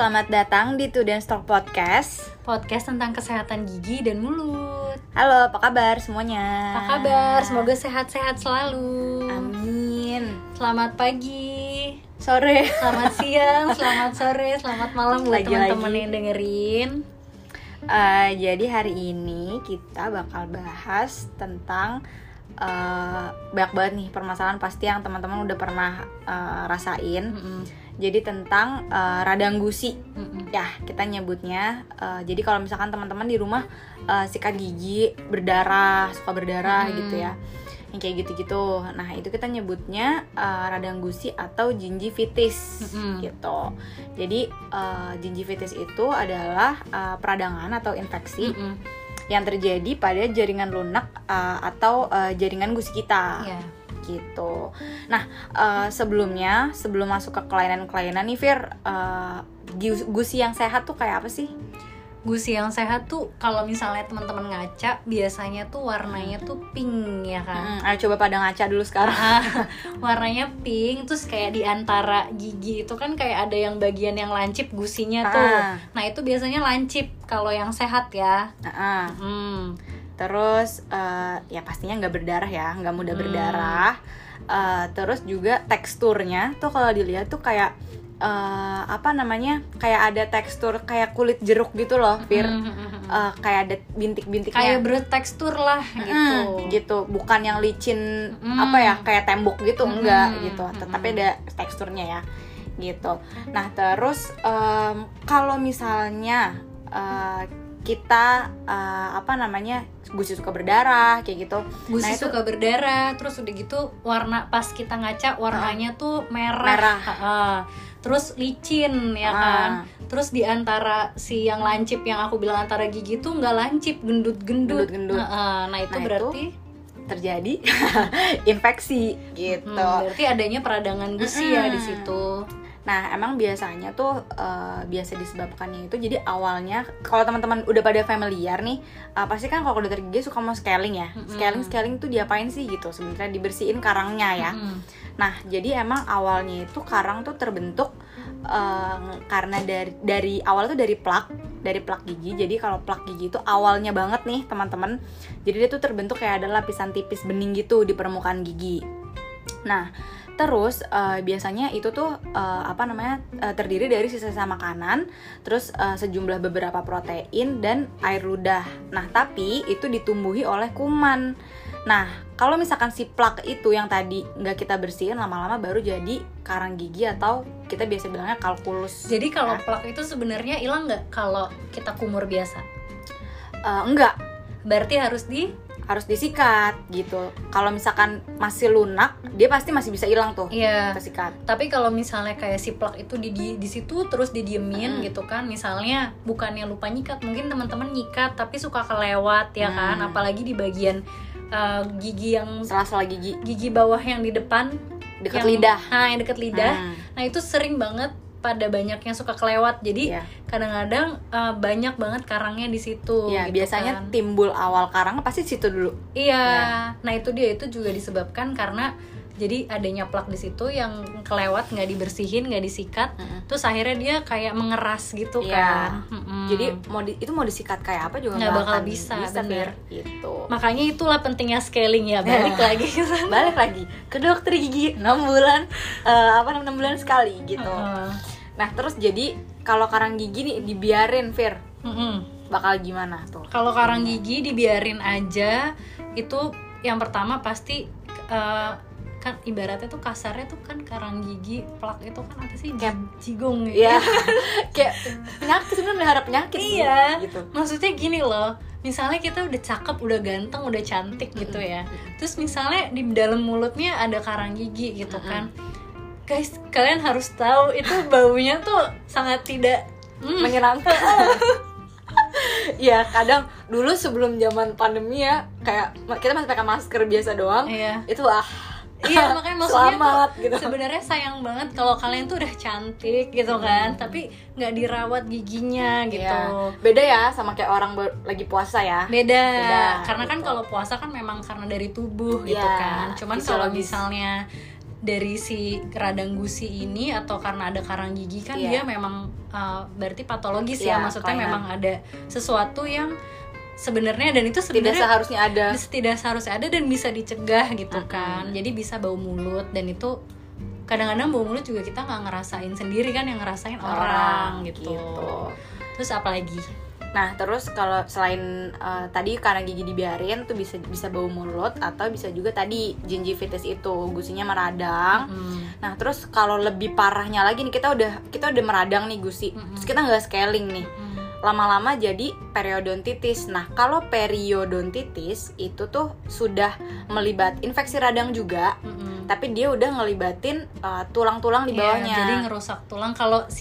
selamat datang di Tudens Talk Podcast. Podcast tentang kesehatan gigi dan mulut. Halo, apa kabar semuanya? Apa kabar? Semoga sehat-sehat selalu. Amin. Selamat pagi, Sore. selamat siang, selamat sore, selamat malam buat Lagi-lagi. teman-teman yang dengerin. Jadi hari ini kita bakal bahas tentang banyak banget nih permasalahan pasti yang teman-teman udah pernah rasain. Jadi tentang radang gusi. Ya, kita nyebutnya. Jadi kalau misalkan teman-teman di rumah sikat gigi berdarah, suka berdarah gitu ya, yang kayak gitu-gitu. Nah, itu kita nyebutnya radang gusi atau gingivitis gitu. Jadi gingivitis itu adalah peradangan atau infeksi yang terjadi pada jaringan lunak atau jaringan gusi kita. Ya. Gitu. Nah, sebelum masuk ke kelainan-kelainan nih Fir, gusi yang sehat tuh kayak apa sih? Gusi yang sehat tuh kalau misalnya teman-teman ngaca biasanya tuh warnanya tuh pink ya kan. Ayo coba pada ngaca dulu sekarang. Warnanya pink, terus kayak di antara gigi itu kan kayak ada yang bagian yang lancip gusinya tuh. Nah itu biasanya lancip kalau yang sehat ya. Terus ya pastinya nggak berdarah ya, nggak mudah berdarah. Terus juga teksturnya tuh kalau dilihat tuh kayak kayak ada tekstur kayak kulit jeruk gitu loh, Fir. Kayak ada bintik-bintiknya. Kayak bertekstur lah gitu. Gitu, bukan yang licin kayak tembok gitu, enggak gitu. Tetapi ada teksturnya ya, gitu. Nah terus kalau misalnya kita gusi suka berdarah kayak gitu. Gusi suka berdarah, terus udah gitu warna pas kita ngaca warnanya tuh merah. Terus licin ya kan. Terus di antara si yang lancip yang aku bilang antara gigi tuh nggak lancip, gendut-gendut. Nah itu berarti terjadi infeksi gitu. Berarti adanya peradangan gusi ya di situ. Nah, emang biasanya tuh biasa disebabkannya itu, jadi awalnya kalau teman-teman udah pada familiar nih, pasti kan kalau dokter gigi suka mau scaling ya. Scaling tuh diapain sih gitu? Sebenarnya dibersihin karangnya ya. Nah, jadi emang awalnya itu karang tuh terbentuk karena dari awal tuh dari plak gigi. Jadi kalau plak gigi itu awalnya banget nih, teman-teman. Jadi dia tuh terbentuk kayak ada lapisan tipis bening gitu di permukaan gigi. Nah, terus biasanya itu tuh terdiri dari sisa-sisa makanan, terus sejumlah beberapa protein dan air ludah. Nah, tapi itu ditumbuhi oleh kuman. Nah, kalau misalkan si plak itu yang tadi nggak kita bersihin, lama-lama baru jadi karang gigi atau kita biasa bilangnya kalkulus. Jadi kalau plak itu sebenarnya hilang nggak kalau kita kumur biasa? Enggak. Berarti harus disikat gitu. Kalau misalkan masih lunak, dia pasti masih bisa hilang tuh. Iya. Kita sikat. Tapi kalau misalnya kayak si plak itu di situ terus didiemin gitu kan, misalnya bukannya lupa nyikat, mungkin teman-teman nyikat tapi suka kelewat ya kan, apalagi di bagian gigi yang sela-sela gigi bawah yang di depan dekat lidah. Yang dekat lidah. Nah, itu sering banget pada banyak yang suka kelewat. Jadi kadang-kadang banyak banget karangnya di situ. Iya, gitu biasanya kan. Timbul awal karang pasti situ dulu. Iya. Nah, itu juga disebabkan karena jadi adanya plak di situ yang kelewat, nggak dibersihin, nggak disikat, terus akhirnya dia kayak mengeras gitu kan. Jadi mau disikat kayak apa juga nggak bakal bisa bener. Gitu. Makanya itulah pentingnya scaling ya. Balik lagi ke dokter gigi 6 bulan 6 bulan sekali gitu. Nah terus jadi kalau karang gigi nih dibiarin, Fir, bakal gimana tuh? Kalau karang gigi dibiarin aja, itu yang pertama pasti kan ibaratnya tuh kasarnya tuh kan karang gigi plak itu kan apa sih, kayak jigong ya. Kayak penyakit, sebenarnya melihara penyakit. Iya gitu. Maksudnya gini loh, misalnya kita udah cakep, udah ganteng, udah cantik gitu ya, terus misalnya di dalam mulutnya ada karang gigi gitu kan, guys, kalian harus tahu itu baunya tuh sangat tidak menyenangkan. Ya kadang dulu sebelum zaman pandemi ya, kayak kita masih pakai masker biasa doang. Itu Iya, makanya maksudnya selamat, tuh gitu. Sebenarnya sayang banget kalau kalian tuh udah cantik gitu kan, tapi nggak dirawat giginya gitu. Beda ya sama kayak orang lagi puasa ya. Beda. Karena kan kalau puasa kan memang karena dari tubuh gitu kan. Cuman kalau misalnya dari si radang gusi ini atau karena ada karang gigi kan dia memang berarti patologis ya, maksudnya kelainan. Memang ada sesuatu yang sebenarnya, dan itu sebenarnya tidak seharusnya ada dan bisa dicegah gitu kan. Jadi bisa bau mulut, dan itu kadang-kadang bau mulut juga kita nggak ngerasain sendiri kan, yang ngerasain orang gitu. Terus apa lagi? Nah, terus kalau selain tadi karena gigi dibiarin tuh bisa bau mulut, atau bisa juga tadi gingivitis itu gusinya meradang. Nah, terus kalau lebih parahnya lagi nih, kita udah meradang nih gusi. Terus kita nggak scaling nih. Lama-lama jadi periodontitis. Nah, kalau periodontitis itu tuh sudah melibat infeksi radang juga, tapi dia udah ngelibatin tulang-tulang di bawahnya. Jadi ngerusak tulang.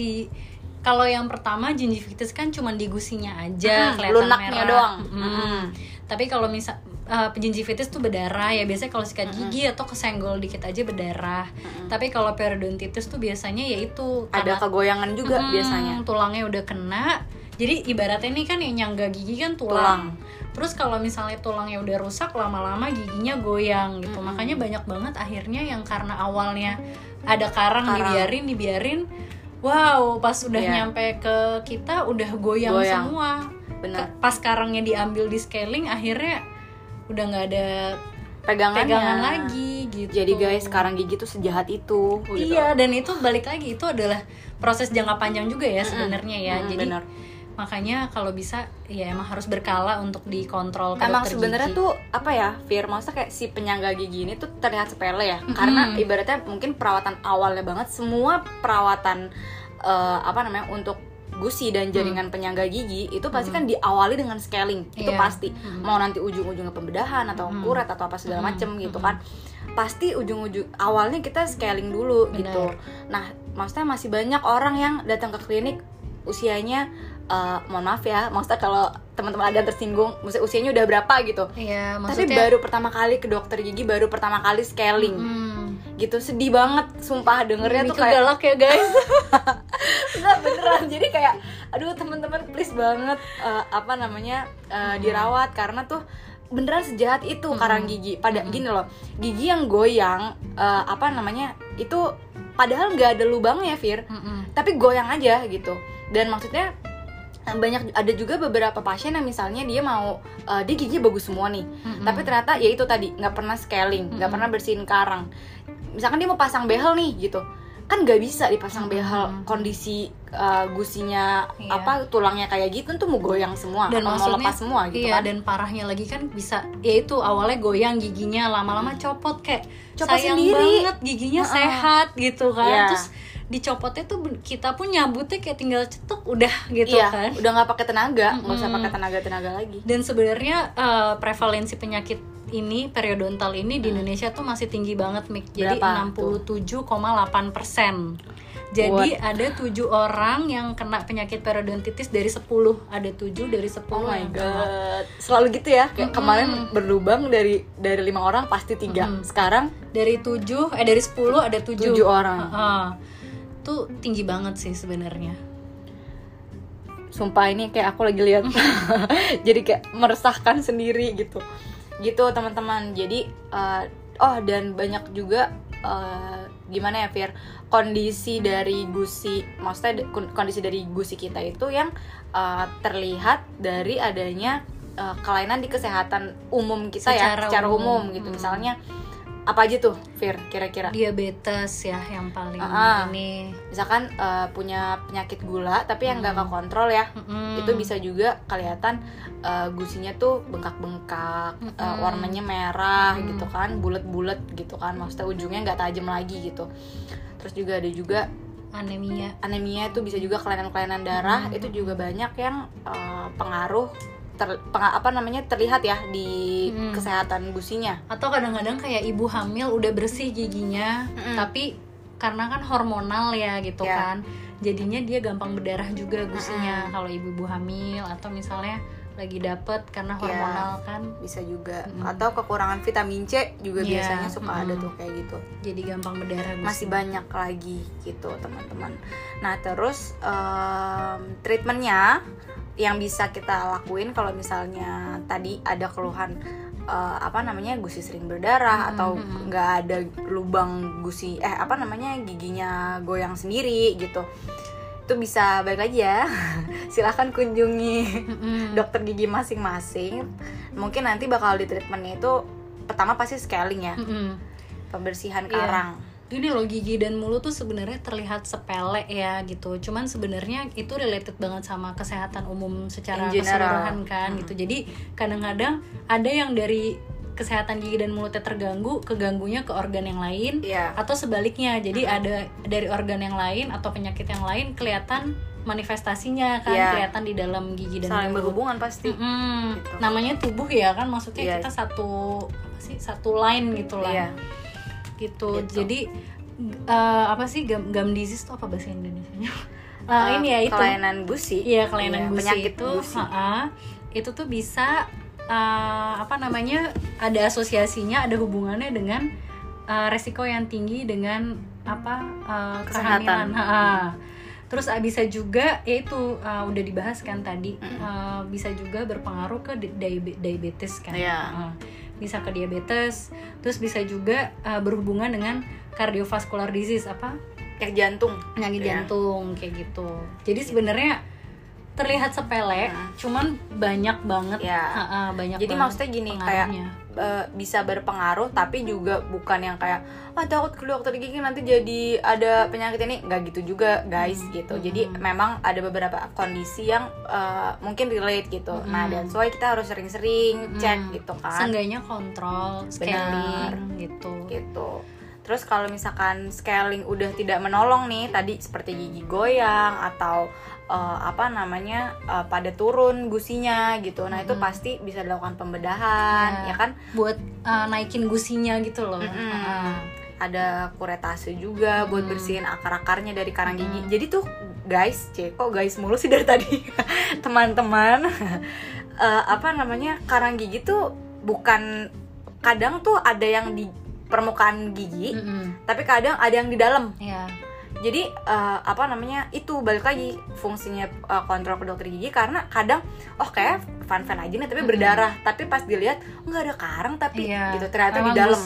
Kalau yang pertama gingivitis kan cuma di gusinya aja, kelihatan lunaknya merah doang. Tapi kalau misal gingivitis tuh berdarah ya, biasanya kalau sikat gigi atau kesenggol dikit aja berdarah. Tapi kalau periodontitis tuh biasanya yaitu ada kegoyangan juga biasanya. Tulangnya udah kena. Jadi ibaratnya ini kan yang nyangga gigi kan tulang. Terus kalau misalnya tulangnya udah rusak, lama-lama giginya goyang gitu. Makanya banyak banget akhirnya yang karena awalnya ada karang. dibiarin. Wow, pas udah nyampe ke kita udah goyang. Semua. Benar. Pas karangnya diambil di scaling, akhirnya udah nggak ada pegangan lagi gitu. Jadi guys, karang gigi tuh sejahat itu. Gitu. Iya, dan itu balik lagi, itu adalah proses jangka panjang juga ya sebenarnya ya. Jadi bener. Makanya kalau bisa ya emang harus berkala untuk dikontrol ke emang dokter sebenarnya gigi. Tuh apa ya, Fir, maksudnya kayak si penyangga gigi ini tuh terlihat sepele ya, karena ibaratnya mungkin perawatan awalnya banget, semua perawatan untuk gusi dan jaringan penyangga gigi itu pasti kan diawali dengan scaling. Itu pasti mau nanti ujung-ujungnya pembedahan atau kuret atau apa segala macem gitu kan, pasti ujung-ujung awalnya kita scaling dulu. Bener. Gitu. Nah, maksudnya masih banyak orang yang datang ke klinik usianya mohon maaf ya, maksudnya kalau teman-teman ada yang tersinggung, maksudnya usianya udah berapa gitu. Iya, maksudnya tapi baru pertama kali ke dokter gigi, baru pertama kali scaling. Gitu, sedih banget sumpah dengernya. Ini tuh kayak galak ya guys. Enggak, beneran. Jadi kayak aduh teman-teman please banget dirawat, karena tuh beneran sejahat itu karang gigi. Gini loh, gigi yang goyang itu padahal nggak ada lubangnya, Fir, tapi goyang aja gitu. Dan maksudnya ada juga beberapa pasien yang misalnya dia mau dia gigi bagus semua nih, tapi ternyata ya itu tadi nggak pernah scaling, nggak pernah bersihin karang. Misalkan dia mau pasang behel nih gitu, kan nggak bisa dipasang behel kondisi gusinya tulangnya kayak gitu tuh mau goyang semua, dan mau lepas semua gitu kan. Dan parahnya lagi kan bisa ya itu awalnya goyang giginya, lama-lama copot sayang sendiri banget giginya sehat gitu kan. Terus dicopotnya tuh kita pun nyabutnya kayak tinggal cetuk udah gitu kan. Udah nggak pakai tenaga, nggak usah pakai tenaga lagi. Dan sebenarnya prevalensi penyakit ini periodontal ini di Indonesia tuh masih tinggi banget, Mik. Jadi 67,8%. Jadi ada 7 orang yang kena penyakit periodontitis dari 10. Ada 7 dari 10. Oh my god. Selalu gitu ya. Kayak kemarin berlubang dari 5 orang pasti 3. Sekarang dari 10 ada 7 orang. Tuh tinggi banget sih sebenarnya. Sumpah ini kayak aku lagi lihat. Jadi kayak meresahkan sendiri gitu teman-teman. Jadi dan banyak juga gimana ya, Fir, kondisi dari gusi, maksudnya kondisi dari gusi kita itu yang terlihat dari adanya kelainan di kesehatan umum kita secara umum gitu. Misalnya apa aja tuh, Fir, kira-kira? Diabetes ya yang paling ini. Misalkan punya penyakit gula tapi yang nggak kekontrol ya, itu bisa juga kelihatan gusinya tuh bengkak-bengkak, warnanya merah gitu kan, bulat-bulat gitu kan, maksudnya ujungnya nggak tajam lagi gitu. Terus juga ada juga anemia itu bisa juga kelainan-kelainan darah. Itu juga banyak yang pengaruh terlihat ya di kesehatan gusinya. Atau kadang-kadang kayak ibu hamil udah bersih giginya, tapi karena kan hormonal ya gitu kan, jadinya dia gampang berdarah juga gusinya kalau ibu hamil, atau misalnya lagi dapet karena hormonal kan bisa juga. Atau kekurangan vitamin C juga biasanya suka ada tuh kayak gitu, jadi gampang berdarah gusinya. Masih banyak lagi gitu teman-teman. Nah terus treatmentnya yang bisa kita lakuin kalau misalnya tadi ada keluhan gusi sering berdarah atau nggak ada lubang gusi giginya goyang sendiri gitu. Itu bisa balik lagi ya. Silahkan kunjungi dokter gigi masing-masing. Mungkin nanti bakal di treatmentnya itu pertama pasti scaling ya, pembersihan karang. Ini loh, gigi dan mulut tuh sebenarnya terlihat sepele ya gitu, cuman sebenarnya itu related banget sama kesehatan umum secara keseluruhan kan gitu. Jadi kadang-kadang ada yang dari kesehatan gigi dan mulutnya terganggu, keganggunya ke organ yang lain, atau sebaliknya. Jadi ada dari organ yang lain atau penyakit yang lain kelihatan manifestasinya kan, kelihatan di dalam gigi dan saling mulut. Berhubungan pasti. Gitu. Namanya tubuh ya kan, maksudnya kita satu line gitu lah. Gitu. Jadi apa sih gum disease itu apa bahasa Indonesianya? Ini ya itu. Kelainan gusi. Iya, kelainan gusi penyakit itu. Gusi. Itu tuh bisa ada asosiasinya, ada hubungannya dengan resiko yang tinggi dengan kehamilan. Terus bisa juga yaitu udah dibahas kan tadi, bisa juga berpengaruh ke diabetes kan. Bisa ke diabetes, terus bisa juga berhubungan dengan cardiovascular disease, penyakit jantung, jantung kayak gitu. Jadi sebenarnya terlihat sepele, cuman banyak banget. Banyak. Jadi maksudnya gini, kayak bisa berpengaruh, tapi juga bukan yang kayak takut ke dokter gigi nanti jadi ada penyakit ini, nggak gitu juga guys gitu. Jadi memang ada beberapa kondisi yang mungkin relate gitu. Nah, that's why kita harus sering-sering cek gitu kan. Seenggaknya kontrol, scaling gitu. Terus kalau misalkan scaling udah tidak menolong nih, tadi seperti gigi goyang atau pada turun gusinya gitu. Nah, itu pasti bisa dilakukan pembedahan, ya kan? Buat naikin gusinya gitu loh. Ada kuretase juga buat bersihin akar-akarnya dari karang gigi. Jadi tuh guys, kok guys mulu sih dari tadi. Teman-teman, karang gigi tuh bukan, kadang tuh ada yang di permukaan gigi, tapi kadang ada yang di dalam. Jadi itu balik lagi fungsinya kontrol ke dokter gigi, karena kadang kayak fun aja nih tapi berdarah, tapi pas dilihat nggak ada karang tapi gitu ternyata di dalam.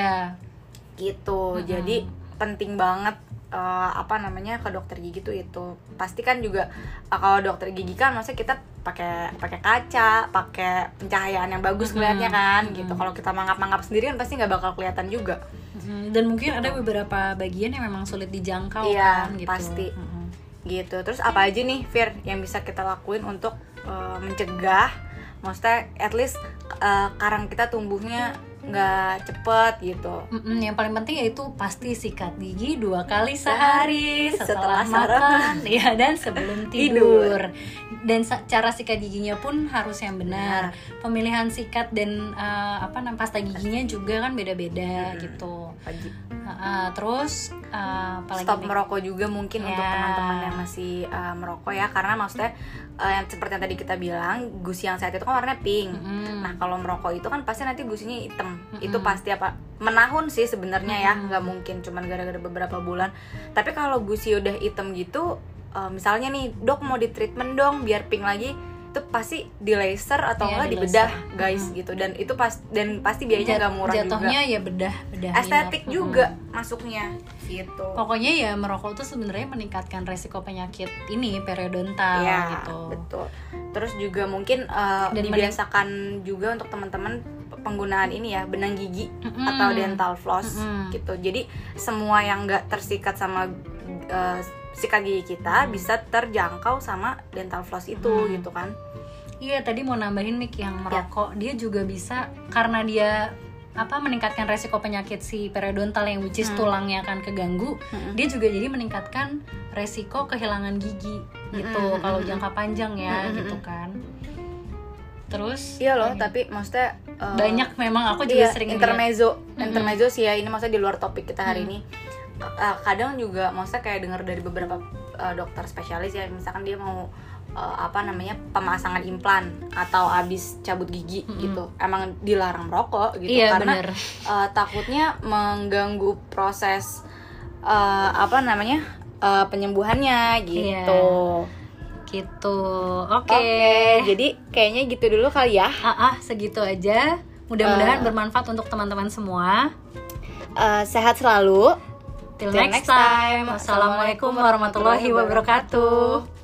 Gitu. Jadi penting banget ke dokter gigi tuh itu. Pastikan juga kalau dokter gigi kan maksudnya kita pakai kaca, pakai pencahayaan yang bagus kelihatannya kan gitu. Kalau kita mangap-mangap sendiri kan pasti nggak bakal kelihatan juga. Dan mungkin ada beberapa bagian yang memang sulit dijangkau kan gitu. Pasti. Gitu. Terus apa aja nih Fir yang bisa kita lakuin untuk mencegah, maksudnya at least karang kita tumbuhnya nggak cepet gitu. Yang paling penting yaitu pasti sikat gigi 2 kali sehari setelah makan dan sebelum tidur. Dan cara sikat giginya pun harus yang benar. Pemilihan sikat dan pasta giginya juga kan beda-beda gitu. Terus stop merokok juga mungkin untuk teman-teman yang masih merokok ya, karena maksudnya yang seperti yang tadi kita bilang, gusi yang sehat itu kan warnanya pink. Nah, kalau merokok itu kan pasti nanti gusinya hitam. Itu pasti menahun sih sebenarnya ya, nggak mungkin cuman gara-gara beberapa bulan. Tapi kalau gusi udah hitam gitu, misalnya nih dok mau di treatment dong biar pink lagi, itu pasti di laser atau enggak di bedah guys gitu. Dan itu pasti biayanya nggak murah jatuhnya juga. Ya bedah estetik juga masuknya gitu. Pokoknya ya merokok tuh sebenarnya meningkatkan resiko penyakit ini periodontal gitu. Betul. Terus juga mungkin dibiasakan juga untuk teman-teman penggunaan ini ya, benang gigi atau dental floss gitu. Jadi semua yang nggak tersikat sama sikat gigi kita bisa terjangkau sama dental floss itu gitu kan. Iya, tadi mau nambahin nih yang merokok, dia juga bisa karena dia meningkatkan resiko penyakit si periodontal yang which is tulangnya akan keganggu, dia juga jadi meningkatkan resiko kehilangan gigi gitu kalau jangka panjang ya gitu kan. Terus tapi maksudnya banyak memang aku juga sering intermezzo sih ya, ini maksudnya di luar topik kita hari ini. Kadang juga maksudnya kayak dengar dari beberapa dokter spesialis ya, misalkan dia mau pemasangan implan atau abis cabut gigi gitu, emang dilarang merokok gitu karena takutnya mengganggu proses penyembuhannya gitu. Gitu. Oke. Jadi kayaknya gitu dulu kali ya. Segitu aja. Mudah-mudahan bermanfaat untuk teman-teman semua. Sehat selalu. Till next time. Assalamualaikum warahmatullahi wabarakatuh.